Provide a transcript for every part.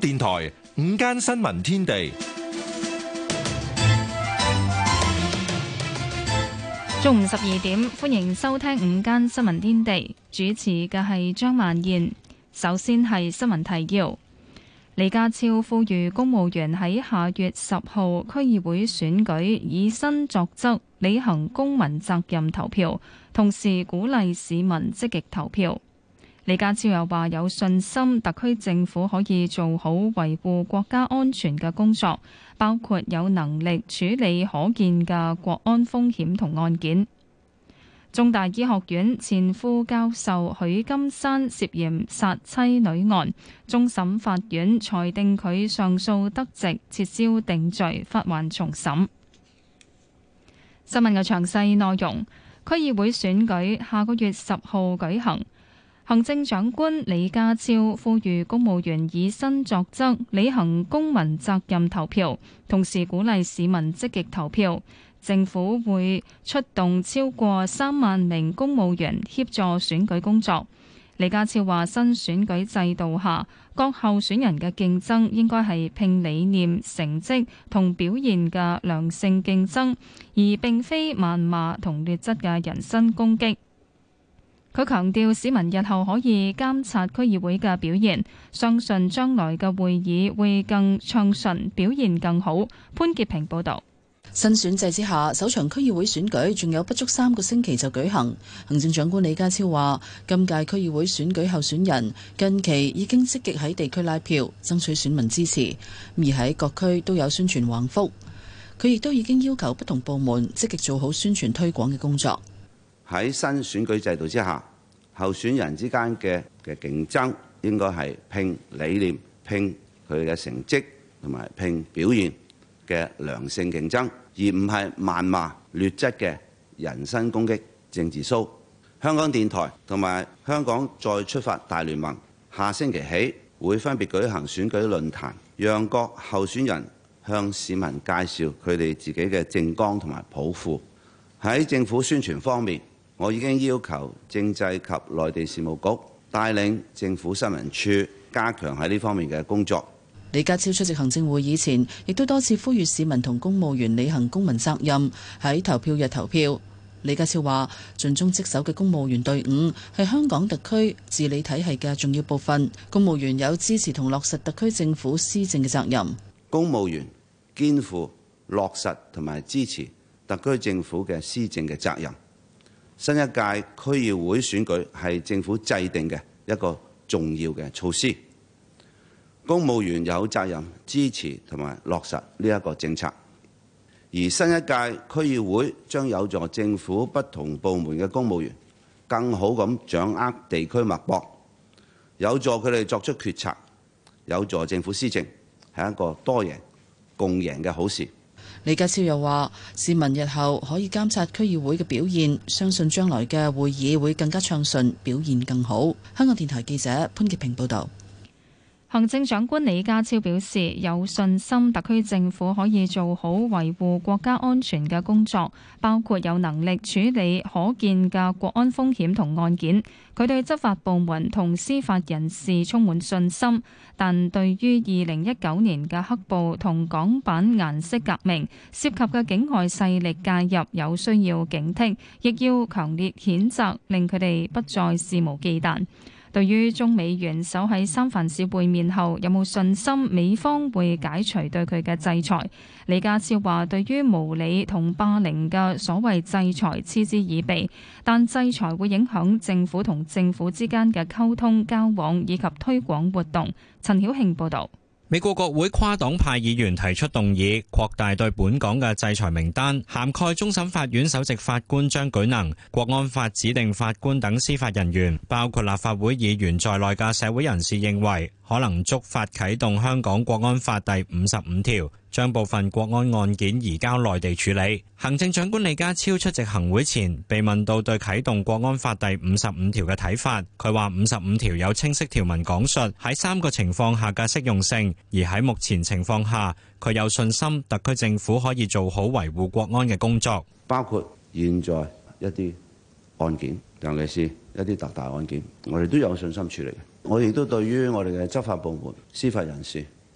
電台午間新聞天地， 中午12點，歡迎收聽午間新聞天地，主持嘅係張曼燕。首先係新聞提要。李家超呼籲公務員喺下月10號區議會選舉以身作則，履行公民責任投票，同時鼓勵市民積極投票。李家超又話有信心特區政府可以做好維護國家安全嘅工作，包括有能力處理可見嘅國安風險同案件。中大醫學院前副教授許金山涉嫌殺妻女案，終審法院裁定佢上訴得直，撤銷定罪，發還重審。新聞嘅詳細內容，區議會選舉下個月10號舉行。行政長官李家超呼籲公務員以身作則，履行公民責任投票，同時鼓勵市民積極投票。政府會出動超過3萬名公務員協助選舉工作。李家超話：新選舉制度下，各候選人嘅競爭應該係拼理念、成績同表現嘅良性競爭，而並非謾罵同劣質嘅人身攻擊。佢強調，市民日後可以監察區議會嘅表現，相信將來嘅會議會更暢順，表現更好。潘潔平報導。 新選制之下，首場區議會選舉仲有不足3個星期就舉行。行政長官李家超話，今屆區議會選舉候選人近期已經積極喺地區拉票，爭取選民支持，而喺各區都有宣傳橫幅。佢亦都已經要求不同部門積極做好宣傳推廣嘅工作。 喺新選舉制度之下，候選人之間嘅競爭應該係拼理念、拼佢嘅成績同埋拼表現嘅良性競爭，而唔係謾罵劣質嘅人身攻擊政治騷。香港電台同埋香港再出發大聯盟下星期起會分別舉行選舉論壇，讓各候選人向市民介紹佢哋自己嘅政綱同埋抱負。喺政府宣傳方面，我已經要求政制及內地事務局帶領政府新聞處加強喺呢方面嘅工作。 李家超出席行政會議前，亦都多次呼籲市民同公務員履行公民責任，喺投票日投票。李家超話：盡忠職守嘅公務員隊伍係香港特區治理體系嘅重要部分，公務員有支持同落實特區政府施政嘅責任。 公務員肩負落實同埋支持特區政府嘅施政嘅責任。新一屆區議會選舉係政府制定嘅一個重要嘅措施。公務員有責任支持同埋落實呢一個政策，而新一屆區議會將有助政府不同部門嘅公務員更好咁掌握地區脈搏，有助佢哋作出決策，有助政府施政，係一個多贏共贏嘅好事。 李家超又話：市民日後可以監察區議會嘅表現，相信將來嘅會議會更加暢順，表現更好。香港電台記者潘潔平報導。 行政長官李家超表示，有信心特區政府可以做好維護國家安全嘅工作，包括有能力處理可見嘅國安風險同案件。佢對執法部門同司法人士充滿信心，但對於2019年嘅黑暴同港版顏色革命涉及嘅境外勢力介入，有需要警惕，亦要強烈譴責，令佢哋不再肆無忌憚。對於中美元首喺三藩市會面後有冇信心美方會解除對佢嘅制裁，李家超話：對於無理同霸凌嘅所謂制裁嗤之以鼻，但制裁會影響政府同政府之間嘅溝通交往以及推廣活動。陳曉慶報導。 美國國會跨黨派議員提出動議，擴大對本港嘅制裁名單，涵蓋終審法院首席法官張舉能、國安法指定法官等司法人員，包括立法會議員在內嘅社會人士認為可能觸發啟動香港國安法第55條，將部分國安案件移交內地處理。行政長官李家超出席行會前被問到對啟動國安法第55條嘅睇法，佢話55條有清晰條文講述喺3個情況下嘅適用性，而喺目前情況下，佢有信心特區政府可以做好維護國安嘅工作， 包括現在一啲案件，尤其是一啲特大案件，我哋都有信心處理。我亦都對於我哋嘅執法部門、司法人士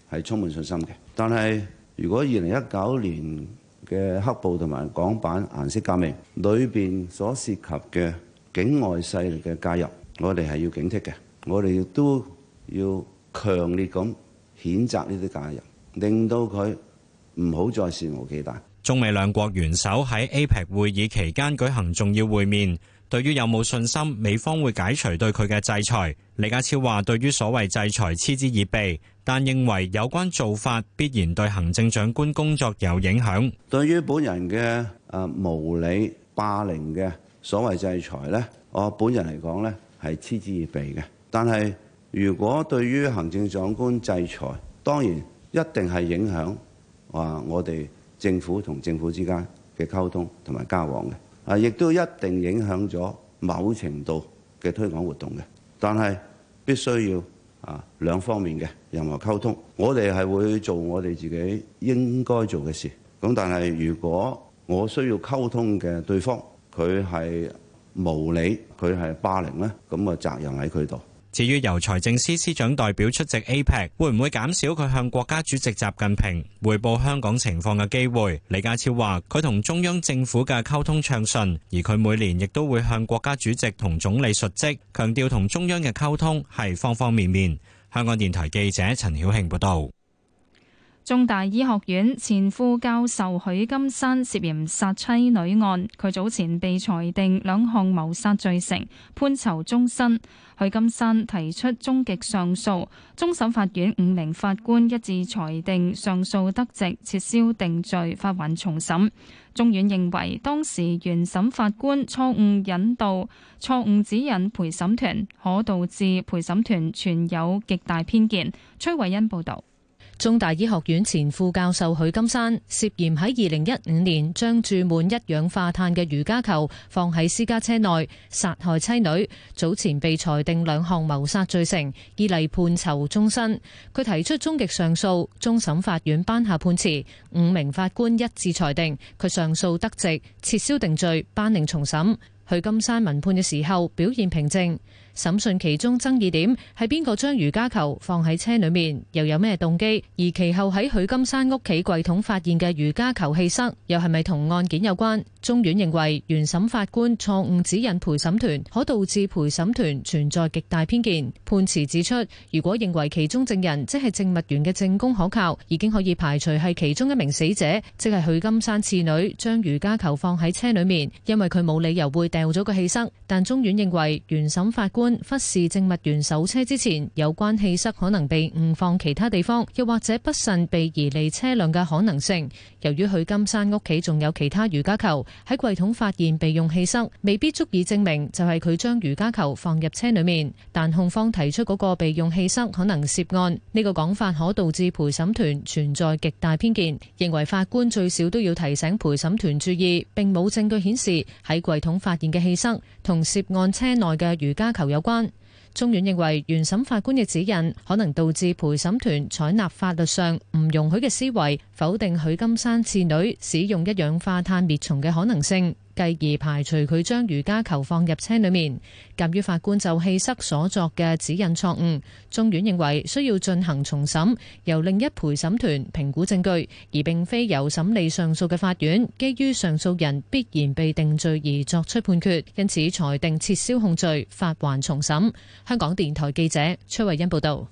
係充滿信心嘅。但係如果2019年嘅黑暴同埋港版顏色革命裏邊所涉及嘅境外勢力嘅介入，我哋係要警惕嘅。我哋亦都要強烈咁譴責呢啲介入，令到佢唔好再肆無忌憚。 中美兩國元首喺 APEC 會議期間舉行重要會面，對於有冇信心美方會解除對佢嘅制裁，李家超話對於所謂制裁嗤之以鼻，但認為有關做法必然對行政長官工作有影響。 對於本人嘅無理霸凌嘅所謂制裁呢，我本人嚟講呢係嗤之以鼻嘅。但係如果對於行政長官制裁，當然一定係影響我哋政府同政府之間嘅溝通同埋交往嘅，亦都一定影響咗某程度嘅推廣活動嘅。但係必須要兩方面嘅任何溝通，我哋係會做我哋自己應該做嘅事。咁但係如果我需要溝通嘅對方佢係無理，佢係霸凌呢，咁個責任喺佢度。 至於由財政司司長代表出席 APEC， 會唔會減少佢向國家主席習近平匯報香港情況嘅機會？李家超話：佢同中央政府嘅溝通暢順，而佢每年亦都會向國家主席同總理述職，強調同中央嘅溝通係方方面面。香港電台記者陳曉慶報導。 中大醫學院前副教授許金山涉嫌殺妻女案，佢早前被裁定兩項謀殺罪成，判囚終身。許金山提出終極上訴，終審法院5名法官一致裁定上訴得直，撤銷定罪，發還重審。中院認為當時原審法官錯誤指引陪審團，可導致陪審團存有極大偏見。崔慧欣報導。 中大醫學院前副教授許金山涉嫌喺2015年將注滿一氧化碳嘅瑜伽球放喺私家車內殺害妻女，早前被裁定兩項謀殺罪成，依例判囚終身。佢提出終極上訴，終審法院頒下判詞，5名法官一致裁定佢上訴得直，撤銷定罪，頒令重審。許金山聞判嘅時候表現平靜。審訊其中爭議點係邊個將瑜伽球放喺車裏面，又有咩動機？而其後喺許金山屋企櫃桶發現嘅瑜伽球氣塞，又係咪同案件有關？中院認為原審法官錯誤指引陪審團，可導致陪審團存在極大偏見。判詞指出，如果認為其中證人即係證物員嘅證供可靠，已經可以排除係其中一名死者，即係許金山次女將瑜伽球放喺車裏面，因為佢冇理由會掉咗個氣塞。但中院認為原審法官忽視證物員搜車之前，有關氣塞可能被誤放其他地方，又或者不慎被移離車輛嘅可能性。由於許金山屋企仲有其他瑜伽球，喺櫃桶發現備用氣塞，未必足以證明就係佢將瑜伽球放入車裏面。但控方提出嗰個備用氣塞可能涉案，呢個講法可導致陪審團存在極大偏見，認為法官最少都要提醒陪審團注意，並冇證據顯示喺櫃桶發現嘅氣塞同涉案車內嘅瑜伽球有關。中院認為原審法官嘅指引可能導致陪審團採納法律上唔容許嘅思維，否定許金山次女使用一氧化碳滅蟲嘅可能性，繼而排除佢將瑜伽球放入車裏面。鑑於法官就氣塞所作嘅指引錯誤，中院認為需要進行重審，由另一陪審團評估證據，而並非由審理上訴嘅法院基於上訴人必然被定罪而作出判決，因此裁定撤銷控罪，發還重審。香港電台記者崔慧欣報道。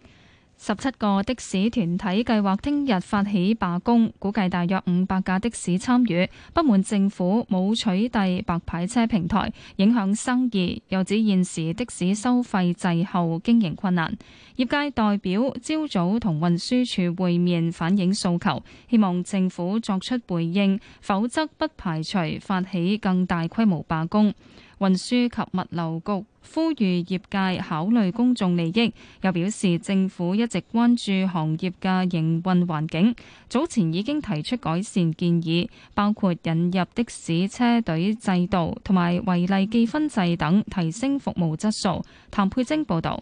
17個的士團體計劃聽日發起罷工，估計大約500架的士參與，不滿政府冇取締白牌車平台，影響生意。又指現時的士收費滯後，經營困難。業界代表朝早同運輸署會面反映訴求，希望政府作出回應，否則不排除發起更大規模罷工。運輸及物流局呼籲業界考慮公眾利益，又表示政府一直關注行業嘅營運環境，早前已經提出改善建議，包括引入的士車隊制度同埋違例記分制等，提升服務質素。譚佩晶報導。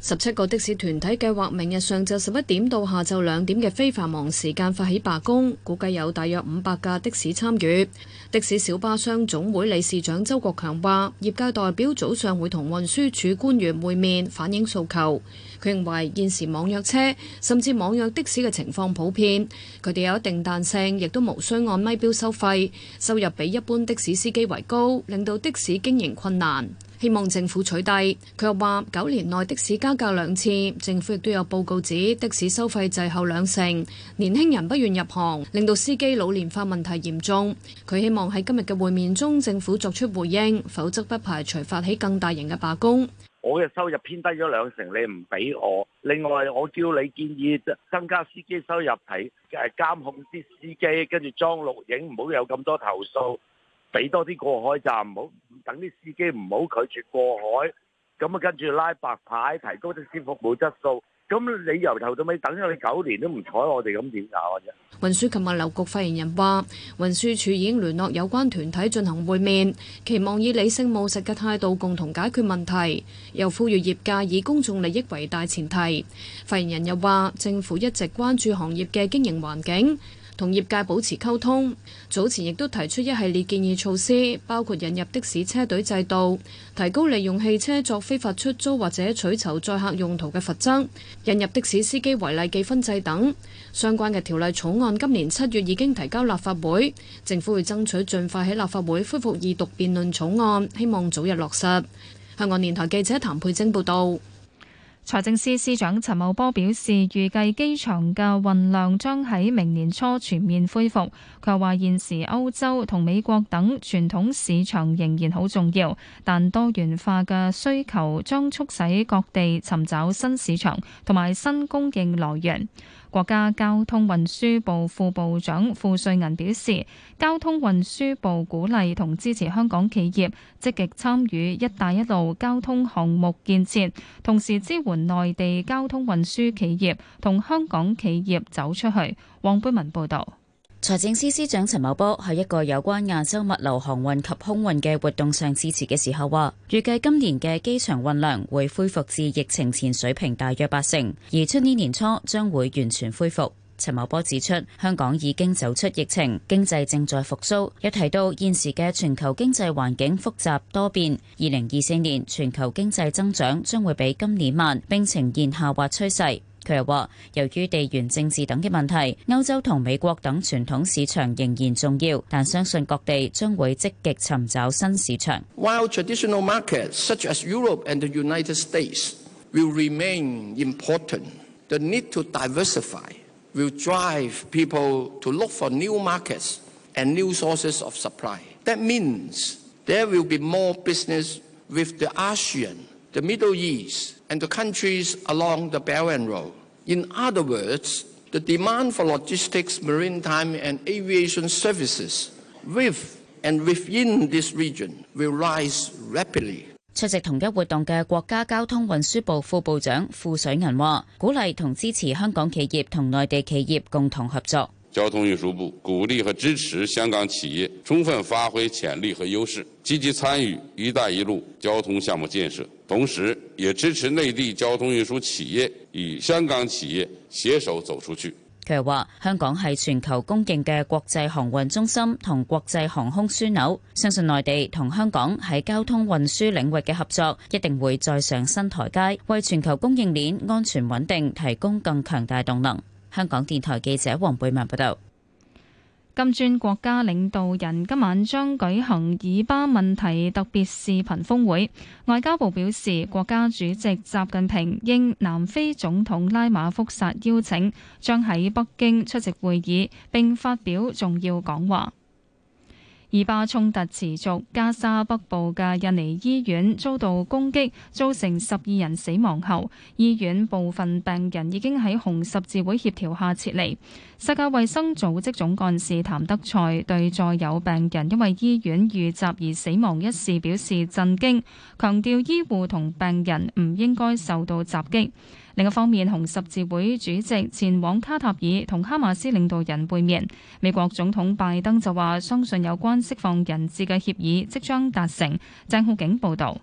17個的士團體計劃明日上晝11點到下晝2點嘅非繁忙時間發起罷工，估計有大約500架的士參與。的士小巴商總會理事長周國強話，業界代表早上會同運輸署官員會面反映訴求。佢認為現時網約車甚至網約的士嘅情況普遍，佢哋有一定彈性，亦都無需按咪標收費，收入比一般的士司機為高，令到的士經營困難。希望政府取締。佢又話9年內的士加價2次，政府亦都有報告指的士收費滯後2成，年輕人不願入行，令到司機老年化問題嚴重。佢希望喺今日嘅會面中，政府作出回應，否則不排除發起更大型嘅罷工。 我嘅收入偏低咗2成，你唔俾我。另外，我叫你建議增加司機收入，提監控啲司機，跟住裝錄影，唔好有咁多投訴。俾多啲過海站，唔好等啲司機唔好拒絕過海，咁啊跟住拉白牌，提高的士服務質素。咁你由頭到尾等咗你9年都唔睬我哋，咁點搞啊？啫。 運輸及物流局發言人話，運輸署已經聯絡有關團體進行會面，期望以理性務實嘅態度共同解決問題，又呼籲業界以公眾利益為大前提。發言人又話，政府一直關注行業嘅經營環境，同業界保持溝通，早前亦都提出一系列建議措施，包括引入的士車隊制度，提高利用汽車作非法出租或者取酬載客用途嘅罰則，引入的士司機違例記分制等。相關嘅條例草案今年7月已經提交立法會，政府會爭取盡快喺立法會恢復二讀辯論草案，希望早日落實。香港電台記者譚佩晶報導。 財政司司長陳茂波表示，預計機場嘅運量將喺明年初全面恢復。佢話現時歐洲同美國等傳統市場仍然好重要，但多元化嘅需求將促使各地尋找新市場同埋新供應來源。國家交通運輸部副部長傅瑞銀表示，交通運輸部鼓勵同支持香港企業積極參與一帶一路交通項目建設，同時支援內地交通運輸企業同香港企業走出去。黃貝文報導。 財政司司長陳茂波喺一個有關亞洲物流航運及空運嘅活動上致辭嘅時候話，預計今年嘅機場運量會恢復至疫情前水平大約8成，而出年年初將會完全恢復。陳茂波指出，香港已經走出疫情，經濟正在復甦。又提到現時嘅全球經濟環境複雜多變，2024年全球經濟增長將會比今年慢，並呈現下滑趨勢。佢又話，由於地緣政治等嘅問題，歐洲同美國等傳統市場仍然重要，但相信各地將會積極尋找新市場。 While traditional markets such as Europe and the United States will remain important, the need to diversify will drive people to look for new markets and new sources of supply. That means there will be more business with the ASEAN, the Middle East, and the countries along the Belt and Road. In other words, the demand for logistics, maritime, and aviation services with and within this region will rise rapidly. 出席同一活動嘅國家交通運輸部副部長傅水銀話，鼓勵同支持香港企業同內地企業共同合作。 交通運輸部鼓勵和支持香港企業充分發揮潛力和優勢，積極參與“一帶一路”交通項目建設，同時也支持內地交通運輸企業與香港企業攜手走出去。 佢又話：香港係全球公認嘅國際航運中心同國際航空樞紐，相信內地同香港喺交通運輸領域嘅合作一定會再上新台階，為全球供應鏈安全穩定提供更強大動能。香港電台記者黃貝文報道。 金磚國家領導人今晚將舉行以巴問題特別視頻峰會。外交部表示，國家主席習近平應南非總統拉馬福薩邀請，將喺北京出席會議並發表重要講話。以巴衝突持續，加沙北部嘅印尼醫院遭到攻擊，造成12人死亡後，醫院部分病人已經喺紅十字會協調下撤離。世界衛生組織總幹事譚德塞對再有病人因為醫院遇襲而死亡一事表示震驚，強調醫護同病人唔應該受到襲擊。另一方面，紅十字會主席前往卡塔爾同哈馬斯領導人會面。美國總統拜登就話相信有關釋放人質嘅協議即將達成。鄭浩景報導。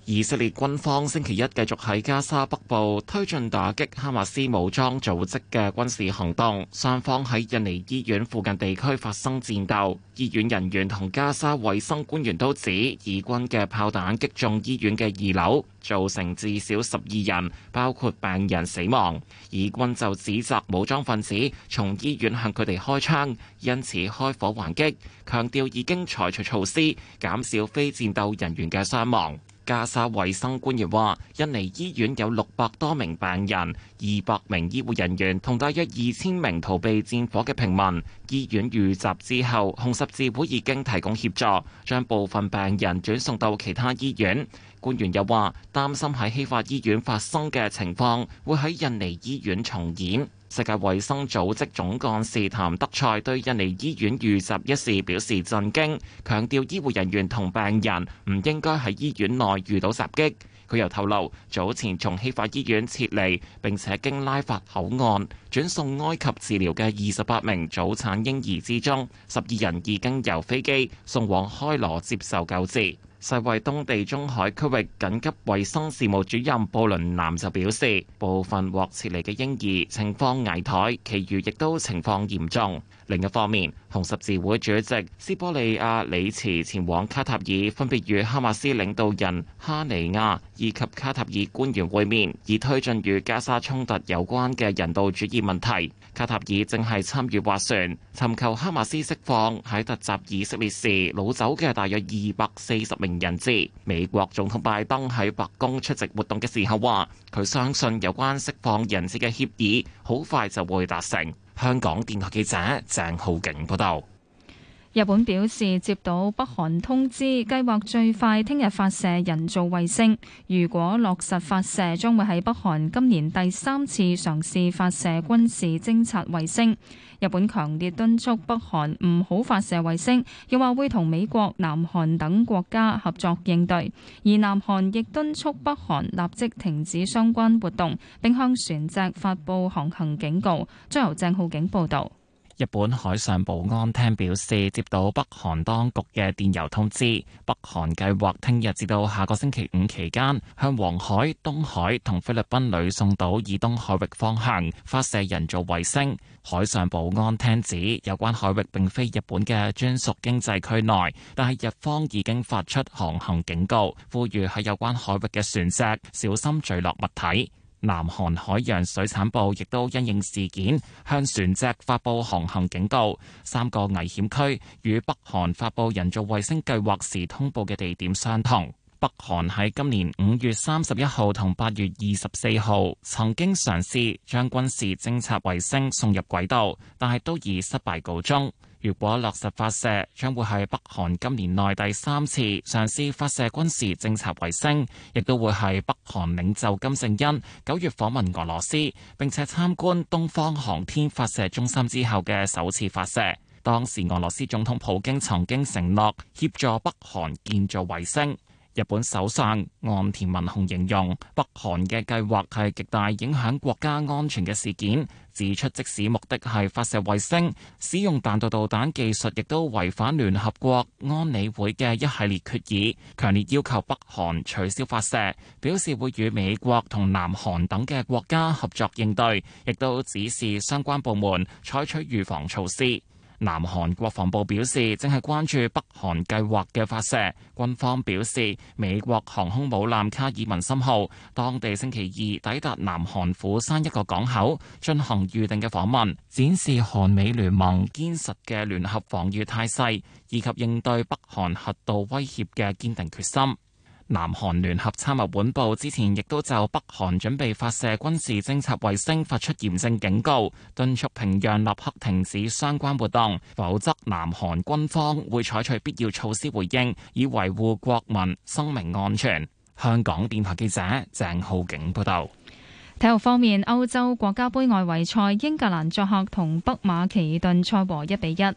以色列軍方星期一繼續喺加沙北部推進打擊哈馬斯武裝組織嘅軍事行動，雙方喺印尼醫院附近地區發生戰鬥。醫院人員同加沙衛生官員都指，以軍嘅炮彈擊中醫院嘅2樓，造成至少12人，包括病人死亡。以軍就指責武裝分子從醫院向佢哋開槍，因此開火還擊，強調已經採取措施減少非戰鬥人員嘅傷亡。加沙衛生官員話，印尼醫院有600多名病人、200名醫護人員同大約2000名逃避戰火嘅平民。醫院遇襲之後，紅十字會已經提供協助，將部分病人轉送到其他醫院。官員又話，擔心喺希法醫院發生嘅情況會喺印尼醫院重演。世界衛生組織總幹事譚德塞對印尼醫院遇襲一事表示震驚，強調醫護人員同病人唔應該喺醫院內遇到襲擊。佢又透露，早前從希法醫院撤離並且經拉法口岸轉送埃及治療嘅28名早產嬰兒之中，12人已經由飛機送往開羅接受救治。世衛東地中海區域緊急衛生事務主任布倫南就表示，部分獲撤離嘅嬰兒情況危殆，其餘亦都情況嚴重。另一方面，紅十字會主席斯波利亞里茨前往卡塔爾，分別與哈馬斯領導人哈尼亞以及卡塔爾官員會面，以推進與加沙衝突有關嘅人道主義問題。卡塔爾正係參與斡旋，尋求哈馬斯釋放喺突襲以色列時擄走嘅大約240名人質。美國總統拜登喺白宮出席活動嘅時候話，佢相信有關釋放人質嘅協議好快就會達成。香港電台記者鄭浩景報道。 日本表示接到北韓通知，計劃最快聽日發射人造衛星。如果落實發射，將會係北韓今年第3次嘗試發射軍事偵察衛星。日本強烈敦促北韓唔好發射衛星，又話會同美國、南韓等國家合作應對。而南韓亦敦促北韓立即停止相關活動，並向船隻發布航行警告。將由鄭浩景報導。 日本海上保安廳表示，接到北韓當局嘅電郵通知，北韓計劃聽日至到下個星期5期間，向黃海、東海同菲律賓呂宋島以東海域方向發射人造衛星。海上保安廳指，有關海域並非日本嘅專屬經濟區內，但係日方已經發出航行警告，呼籲喺有關海域嘅船隻小心墜落物體。南韓海洋水產部亦都因應事件，向船隻發布航行警告。3個危險區與北韓發布人造衛星計劃時通報嘅地點相同。北韓喺今年5月31號同8月24號曾經嘗試將軍事偵察衛星送入軌道，但係都以失敗告終。如果落實發射，將會係北韓今年內第3次嘗試發射軍事偵察衛星，亦都會係北韓領袖金正恩9月訪問俄羅斯並且參觀東方航天發射中心之後嘅首次發射。當時俄羅斯總統普京曾經承諾協助北韓建造衛星。日本首相岸田文雄形容北韓嘅計劃係極大影響國家安全嘅事件，指出即使目的係發射衛星，使用彈道導彈技術亦都違反聯合國安理會嘅一系列決議，強烈要求北韓取消發射，表示會與美國同南韓等嘅國家合作應對，亦都指示相關部門採取預防措施。南韓國防部表示，正係關注北韓計劃嘅發射。軍方表示，美國航空母艦卡爾文森號當地星期2抵達南韓釜山一個港口，進行預定嘅訪問，展示韓美聯盟堅實嘅聯合防禦態勢，以及應對北韓核導威脅嘅堅定決心。南韓聯合參謀本部之前亦都就北韓準備發射軍事偵察衛星發出嚴正警告，敦促平壤立刻停止相關活動，否則南韓軍方會採取必要措施回應，以維護國民生命安全。香港電台記者鄭浩景報道。 體育方面，歐洲國家盃外圍賽，英格蘭作客同北馬其頓賽和1-1。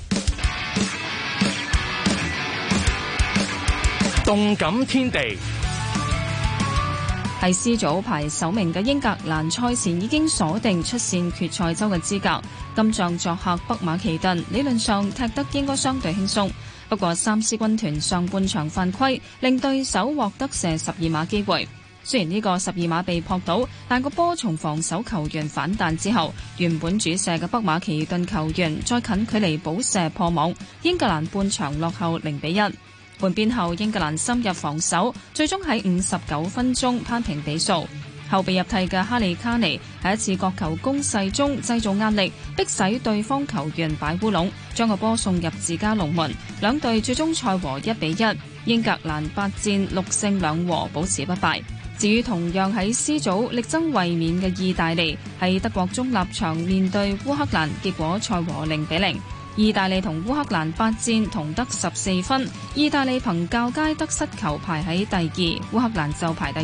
動感天地， 喺 C 組排首名嘅英格蘭賽前已經鎖定出線決賽周嘅資格。今仗作客北馬其頓，理論上踢得應該相對輕鬆。 不過三獅軍團上半場犯規，令對手獲得射12碼機會。雖然呢個12碼被撲倒，但個波從防守球員反彈之後，原本主射嘅北馬其頓球員再近距離補射破網，英格蘭半場落後0-1。換邊後，英格蘭深入防守，最終喺59分鐘扳平比數。後備入替嘅哈利卡尼喺一次角球攻勢中製造壓力，迫使對方球員擺烏龍，將個波送入自家龍門。兩隊最終賽和1-1。英格蘭8戰6勝2和，保持不敗。至於同樣喺 C 組力爭衛冕嘅意大利，喺德國中立場面對烏克蘭，結果賽和0-0。意大利同烏克蘭8戰同得14分，意大利憑較佳得失球排喺第2，烏克蘭就排第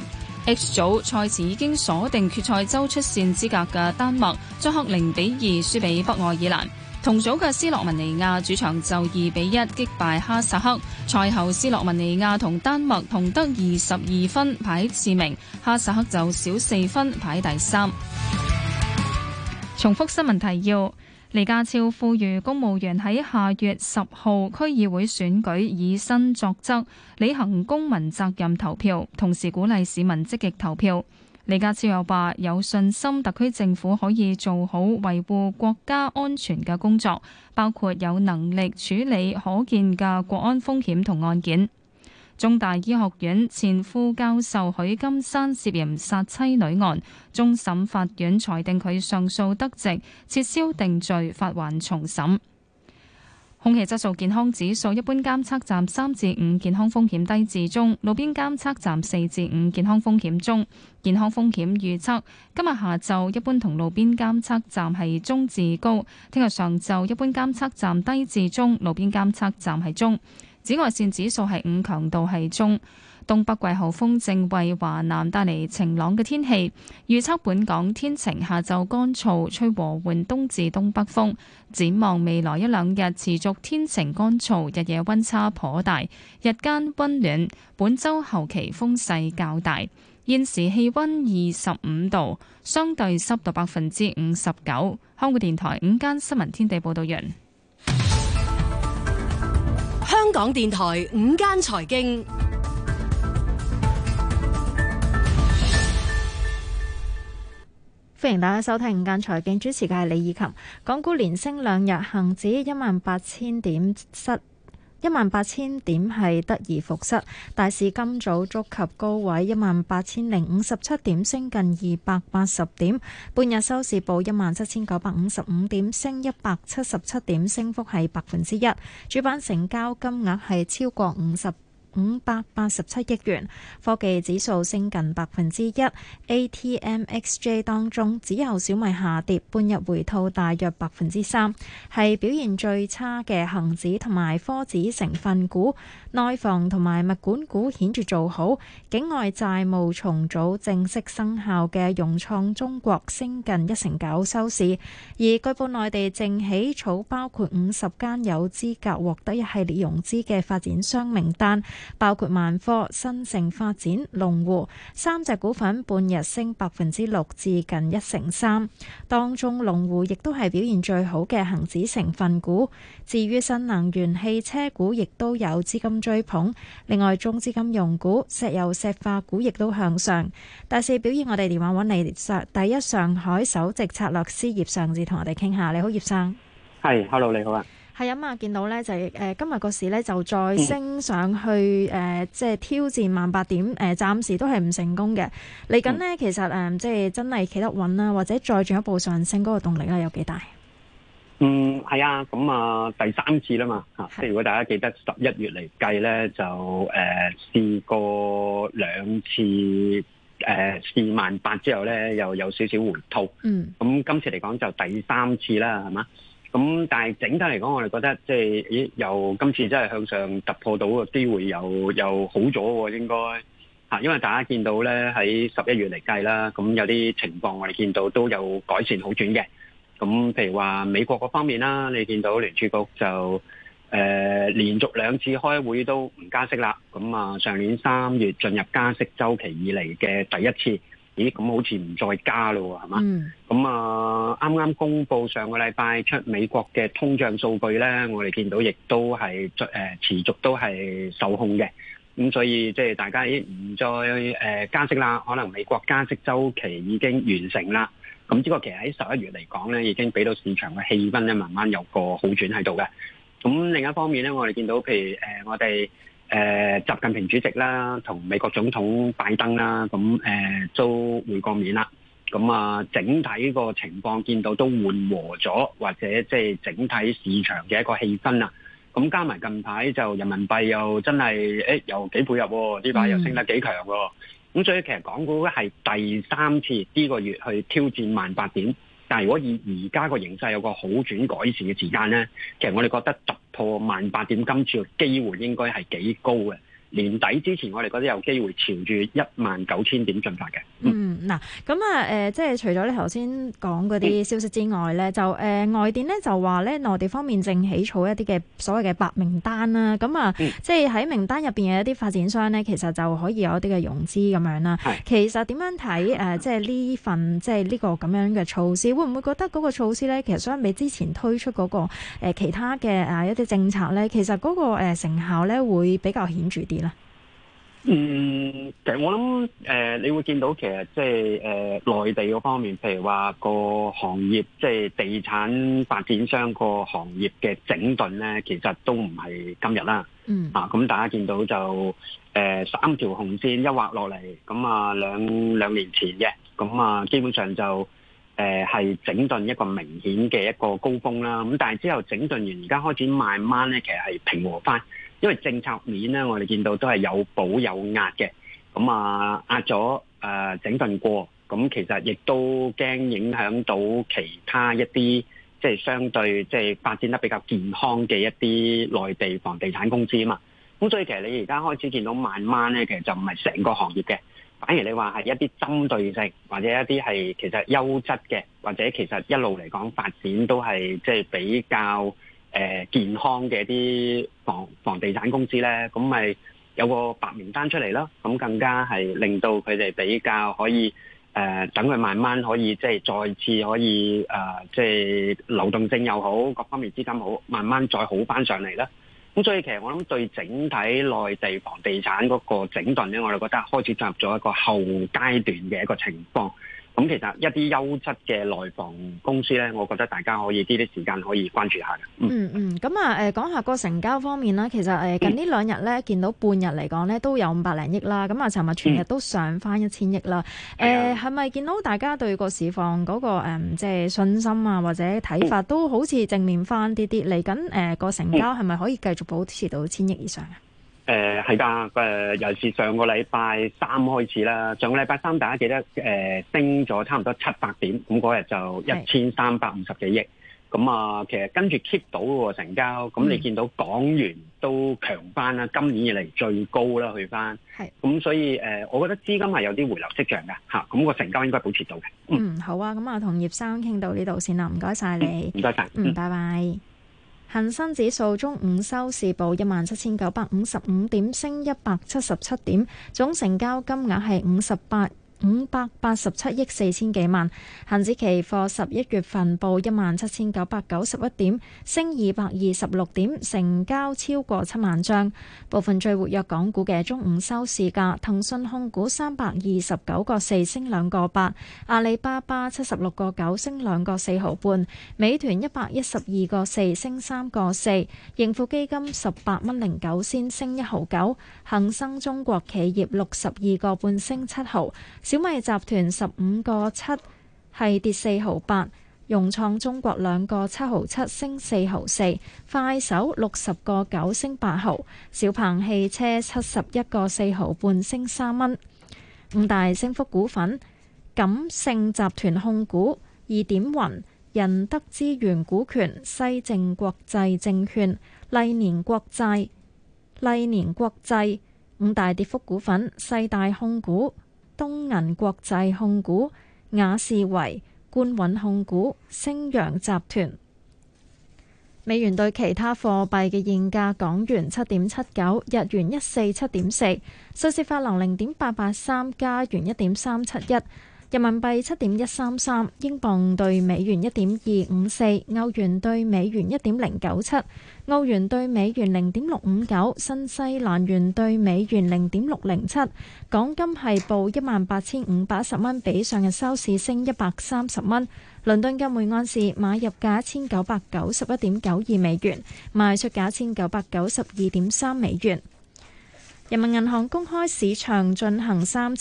3。H 組賽前已經鎖定決賽周出線資格嘅丹麥，作客0-2輸俾北愛爾蘭。同組嘅斯洛文尼亞主場就2-1擊敗哈薩克。賽後斯洛文尼亞同丹麥同得22分排次名，哈薩克就少4分排第3。重複新聞提要。李家超呼籲公務員喺下月10號區議會選舉以身作則，履行公民責任投票，同時鼓勵市民積極投票。李家超又話有信心特區政府可以做好維護國家安全嘅工作，包括有能力處理可見嘅國安風險同案件。中大醫學院前副教授許金山涉嫌殺妻女案，終審法院裁定佢上訴得直，撤銷定罪，發還重審。空氣質素健康指數，一般監測站3至5，健康風險低至中，路邊監測站4至5，健康風險中。健康風險預測今日下晝一般同路邊監測站係中至高，聽日上晝一般監測站低至中，路邊監測站係中。紫外線指數係5，強度係中。東北季候風正為華南帶嚟晴朗嘅天氣，預測本港天晴，下晝乾燥，吹和緩東至東北風。展望未來1、2日持續天晴乾燥，日夜溫差頗大，日間溫暖。本週後期風勢較大。現時氣溫25度，相對濕度59%。香港電台午間新聞天地報道完。 香港電台午間財經， 歡迎大家收聽午間財經，主持嘅係李以琴。港股連升2日，恒指18000點係得而復失，大市今早觸及高位18057點，升近280點，半日收市報17955點，升177點，升幅係1%。主板成交金額係超過587億元，科技指數升近1%。ATMXJ 當中只有小米下跌，半日回吐大約3%，係表現最差嘅恒指同埋科指成分股。內房同埋物管股顯著做好，境外債務重組正式生效嘅融創中國升近1.9%收市，而據報內地正起草包括50間有資格獲得一系列融資嘅發展商名單，包括萬科、新城發展、龍湖3隻股份半日升6%至近1.3%，當中龍湖亦都係表現最好嘅恒指成分股。至於新能源汽車股亦都有資金追捧，另外中資金融股、石油石化股亦都向上。大市表現，我哋電話揾嚟第一上海首席策略師葉尚志同我哋傾下。你好，葉生。 係，hello，你好啊。 係啊嘛，見到咧就係今日個市咧就再升上去即係挑戰18000點，暫時都係唔成功嘅。嚟緊呢，其實即係真係企得穩啦，或者再進一步上升嗰個動力咧有幾大？ 係啊，咁啊第3次啦嘛，即係如果大家記得11月嚟計咧，就試過2次48000之後咧，又有少少回吐。咁今次嚟講就第3次啦，係嘛？咁但係整體嚟講，我哋覺得即係由今次真係向上突破到嘅機會又好咗喎，應該嚇，因為大家見到咧喺11月嚟計啦，咁有啲情況我哋見到都有改善好轉嘅。咁譬如話美國嗰方面啦，你見到聯儲局就連續2次開會都唔加息啦。咁啊，上年3月進入加息週期以嚟嘅第一次。 咦咁好似唔再加咯，係嘛？咁啱啱公布上個禮拜出美國嘅通脹數據咧，我哋見到亦都係持續都係受控嘅。咁所以即係大家已經唔再加息啦，可能美國加息週期已經完成啦。咁呢個其實喺11月嚟講咧，已經俾到市場嘅氣氛咧，慢慢有個好轉喺度嘅。咁另一方面咧，我哋見到譬如我哋習近平主席啦，同美國總統拜登啦，咁都會過面啦。咁整體個情況見到都緩和咗，或者即係整體市場嘅一個氣氛啦。咁加埋近排就人民幣又真係又幾配合喎，呢排又升得幾強喎。咁所以其實港股係第3次呢個月去挑戰18,000點，但係如果以而家個形勢有個好轉改善嘅時間咧，其實我哋覺得突破18,000點今次嘅機會應該係幾高嘅。年底之前我哋覺得有機會朝住19,000點進發嘅。 嗱，咁即係除咗你頭先講嗰啲消息之外咧，就外電咧就話咧，內地方面正起草一啲嘅所謂嘅白名單啦。咁即係喺名單入邊有一啲發展商咧，其實就可以有一啲嘅融資咁樣啦。其實點樣睇即係呢份即係呢個咁樣嘅措施，會唔會覺得嗰個措施咧，其實相比之前推出嗰個其他嘅一啲政策咧，其實嗰個成效咧會比較顯著啲咧？ 其實我諗你會見到其實即係內地嗰方面，譬如話個行業即係地產發展商個行業嘅整頓咧，其實都唔係今日啦。咁大家見到就3條紅線一劃落嚟，咁兩年前嘅，咁基本上就係整頓一個明顯嘅一個高峰啦。咁但係之後整頓完，而家開始慢慢咧，其實係平和翻。因為政策面咧，我哋見到都係有補有壓嘅，咁壓咗整頓過，咁其實亦都驚影響到其他一啲即係相對即係發展得比較健康嘅一啲內地房地產公司啊嘛。咁所以其實你而家開始見到慢慢咧，其實就唔係成個行業嘅，反而你話係一啲針對性或者一啲係其實優質嘅，或者其實一路嚟講發展都係即係比較健康嘅一啲房地產公司咧，咁咪有個白名單出嚟咯。咁更加係令到佢哋比較可以等佢慢慢可以即係再次可以即係流動性又好，各方面資金好，慢慢再好翻上嚟啦。咁所以其實我諗對整體內地房地產嗰個整頓咧，我哋覺得開始進入咗一個後階段嘅一個情況。咁其實一啲優質嘅內房公司咧，我覺得大家可以呢啲時間可以關注下嘅。 咁講下個成交方面啦。其實近呢兩日咧，見到半日嚟講咧都有500零億啦。咁尋日全日都上翻1000億啦。係咪見到大家對個市況嗰個即係信心啊，或者睇法都好似正面翻啲啲？嚟緊個成交係咪可以繼續保持到1000億以上啊？ 係㗎，尤其是上個禮拜3開始啦。上個禮拜3大家記得升咗差唔多700點，咁嗰日就1350幾億。咁其實跟住 keep 到個成交，咁你見到港元都強翻啦，今年以嚟最高啦，去翻。咁所以我覺得資金係有啲回流跡象㗎嚇，咁個成交應該保持到嘅。 好啊，咁同葉生傾到呢度先啦，唔該晒你。 唔該晒。 拜拜。恒生指數中午收市報17,955點，升177點，總成交金額係587億4千幾萬。恒指期貨11月份報17,991點，升226點，成交超過7萬張。部分最活躍港股嘅中午收市價：騰訊控股329個4升2個8，阿里巴巴76個9升2個4毫半，美團112個4升3個4，盈富基金18蚊09仙升1毫9，恒生中國企業62個半升7毫。小米集團15個7係跌4毫8，融創中國2個7毫7升4毫4，快手60個9升8毫，小鵬汽車71個4毫半升3蚊。5大升幅股份：錦盛集團控股、2點雲、仁德資源股權、西證國際證券、麗年國際。5大跌幅股份：世大控股、東銀國際控股、雅士維、官穩控股、星陽集團。 美元對其他貨幣嘅現價：港元7.79，日元147.4，瑞士法郎0.883，加元1.371。人民幣7.133，英鎊對美元1.254，歐元對美元1.097，澳元對美元0.659，新西蘭元對美元0.607。港金係報18,510蚊，比上日收市升130蚊。倫敦嘅每盎司買入價1991.92美元，賣出價1992.3美元。人民銀行公開市場進行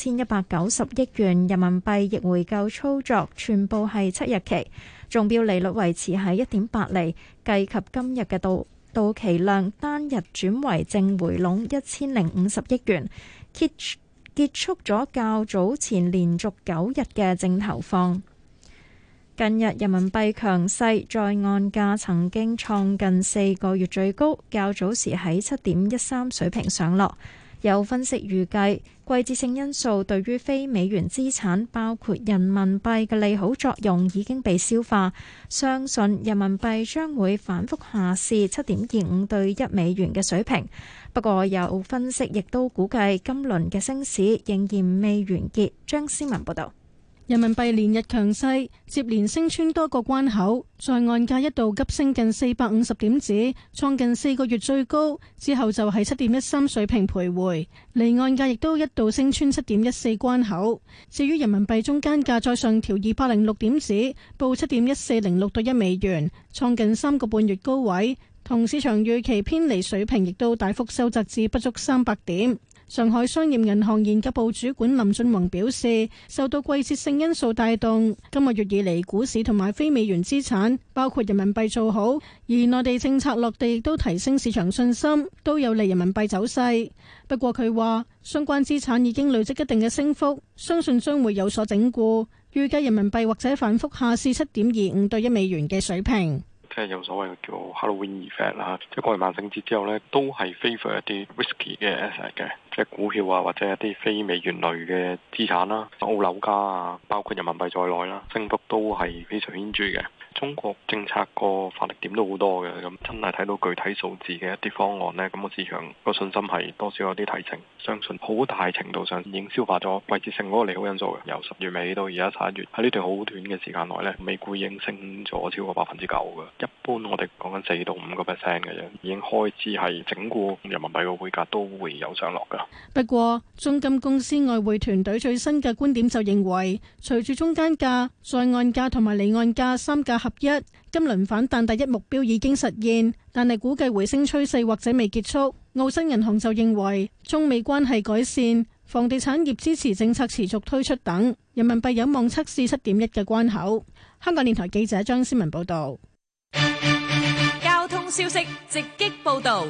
3190億元人民幣逆回購操作，全部係7日期，中標利率維持喺1.8厘，計及今日嘅到期量單日轉為淨回籠1050億元，結束咗較早前連續9日嘅淨投放。近日人民幣強勢，在岸價曾經創近4個月最高，較早時喺7.13水平上落。有分析預計，季節性因素對於非美元資產，包括人民幣嘅利好作用已經被消化，相信人民幣將會反覆下試7.25對1美元嘅水平。不過有分析亦都估計，今輪嘅升市仍然未完結。張思文報導。 人民幣連日強勢，接連升穿多個關口，在岸價一度急升近450點子，創近4個月最高，之後就喺7.13水平徘徊。離岸價亦都一度升穿7.14關口。至於人民幣中間價再上調206點子，報7.1406對1美元，創近3個半月高位，同市場預期偏離水平亦都大幅收窄至不足300點。上海商業銀行研究部主管林俊宏表示，受到季節性因素帶動，今個月以嚟股市同埋非美元資產，包括人民幣做好，而內地政策落地亦都提升市場信心，都有利人民幣走勢。不過佢話，相關資產已經累積一定嘅升幅，相信將會有所整固，預計人民幣或者反覆下試7.25對1美元嘅水平。 即係有所謂叫 Halloween effect 啦，即係過完萬聖節之後呢，都係 favor 一啲 risky 嘅 asset 嘅，即係股票啊或者一啲非美元類嘅資產啦，澳樓價啊，包括人民幣在內啦，升幅都係非常顯著嘅。中國政策個發力點都好多嘅，咁真係睇到具體數字嘅一啲方案呢，咁個市場個信心係多少有啲提升，相信好大程度上已經消化咗季節性嗰個利好因素嘅。由10月尾到而家11月，喺呢段好短嘅時間內呢，美股已經升咗超過9%嘅。一般我哋講緊4到5%嘅啫，已經開始係整固人民幣嘅匯價都會有上落㗎。 不過，中金公司外匯團隊最新嘅觀點就認為，隨住中間價、在岸價同埋離岸價3價合一，今輪反彈第一目標已經實現，但係估計回升趨勢或者未結束。澳新銀行就認為，中美關係改善、房地產業支持政策持續推出等，人民幣有望測試7.1嘅關口。香港電台記者張思文報道。 交通消息直擊報道。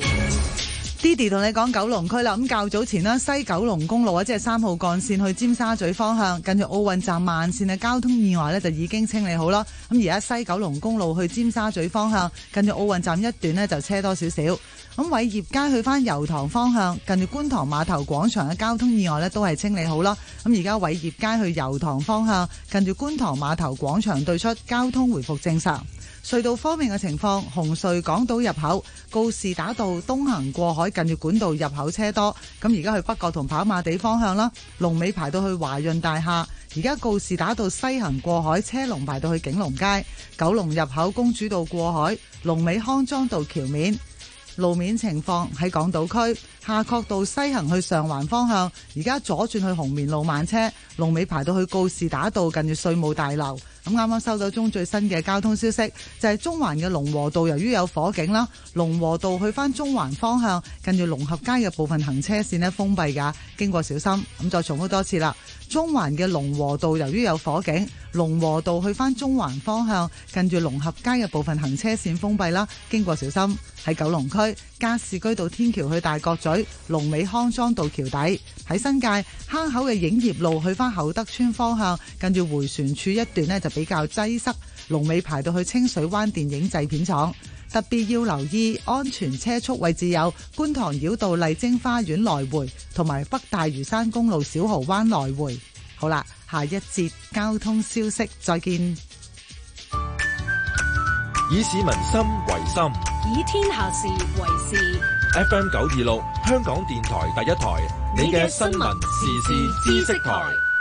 Didi 同你講九龍區啦，咁較早前啦，西九龍公路啊，即係3號幹線去尖沙咀方向，近住奧運站慢線嘅交通意外呢，就已經清理好啦。咁而家西九龍公路去尖沙咀方向，近住奧運站一段呢，就車多少少。咁偉業街去翻油塘方向，近住觀塘碼頭廣場嘅交通意外呢，都係清理好啦。咁而家偉業街去油塘方向，近住觀塘碼頭廣場對出交通回復正常。隧道方面嘅情況，紅隧港島入口告士打道東行過海，近住管道入口車多。咁而家去北角同跑馬地方向啦，龍尾排到去華潤大廈。而家告士打道西行過海，車龍排到去景隆街。九龍入口公主道過海，龍尾康莊道橋面。路面情況喺港島區夏慤道西行去上環方向，而家左轉去紅棉路慢車，龍尾排到去告士打道近住稅務大樓。咁啱啱收到中最新嘅交通消息，就係中環嘅龍和道由於有火警啦，龍和道去翻中環方向近住龍合街嘅部分行車線呢封閉㗎，經過小心。咁再重複多次啦，中環嘅龍和道由於有火警，龍和道去翻中環方向近住龍合街嘅部分行車線封閉啦，經過小心。喺九龍區加士居道天橋去大角咀，龍尾康莊道橋底。喺新界坑口嘅影業路去翻厚德村方向，近住迴旋處一段呢就比較擠塞，龍尾排到去清水灣電影製片廠。特別要留意安全車速位置有觀塘繞道麗晶花園來回，同埋北大嶼山公路小蠔灣來回。好啦，下一節交通消息再見。 以市民心為心， 以天下事為事。 FM 926，香港電台第一台，你嘅新聞時事知識台。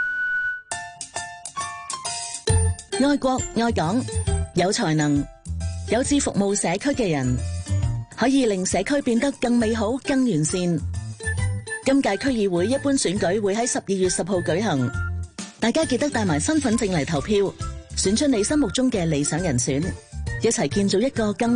愛國愛港，有才能、有志服務社區嘅人，可以令社區變得更美好、更完善。今屆區議會一般選舉會喺12月10號舉行，大家記得帶埋身份證嚟投票，選出你心目中嘅理想人選，一齊建造一個更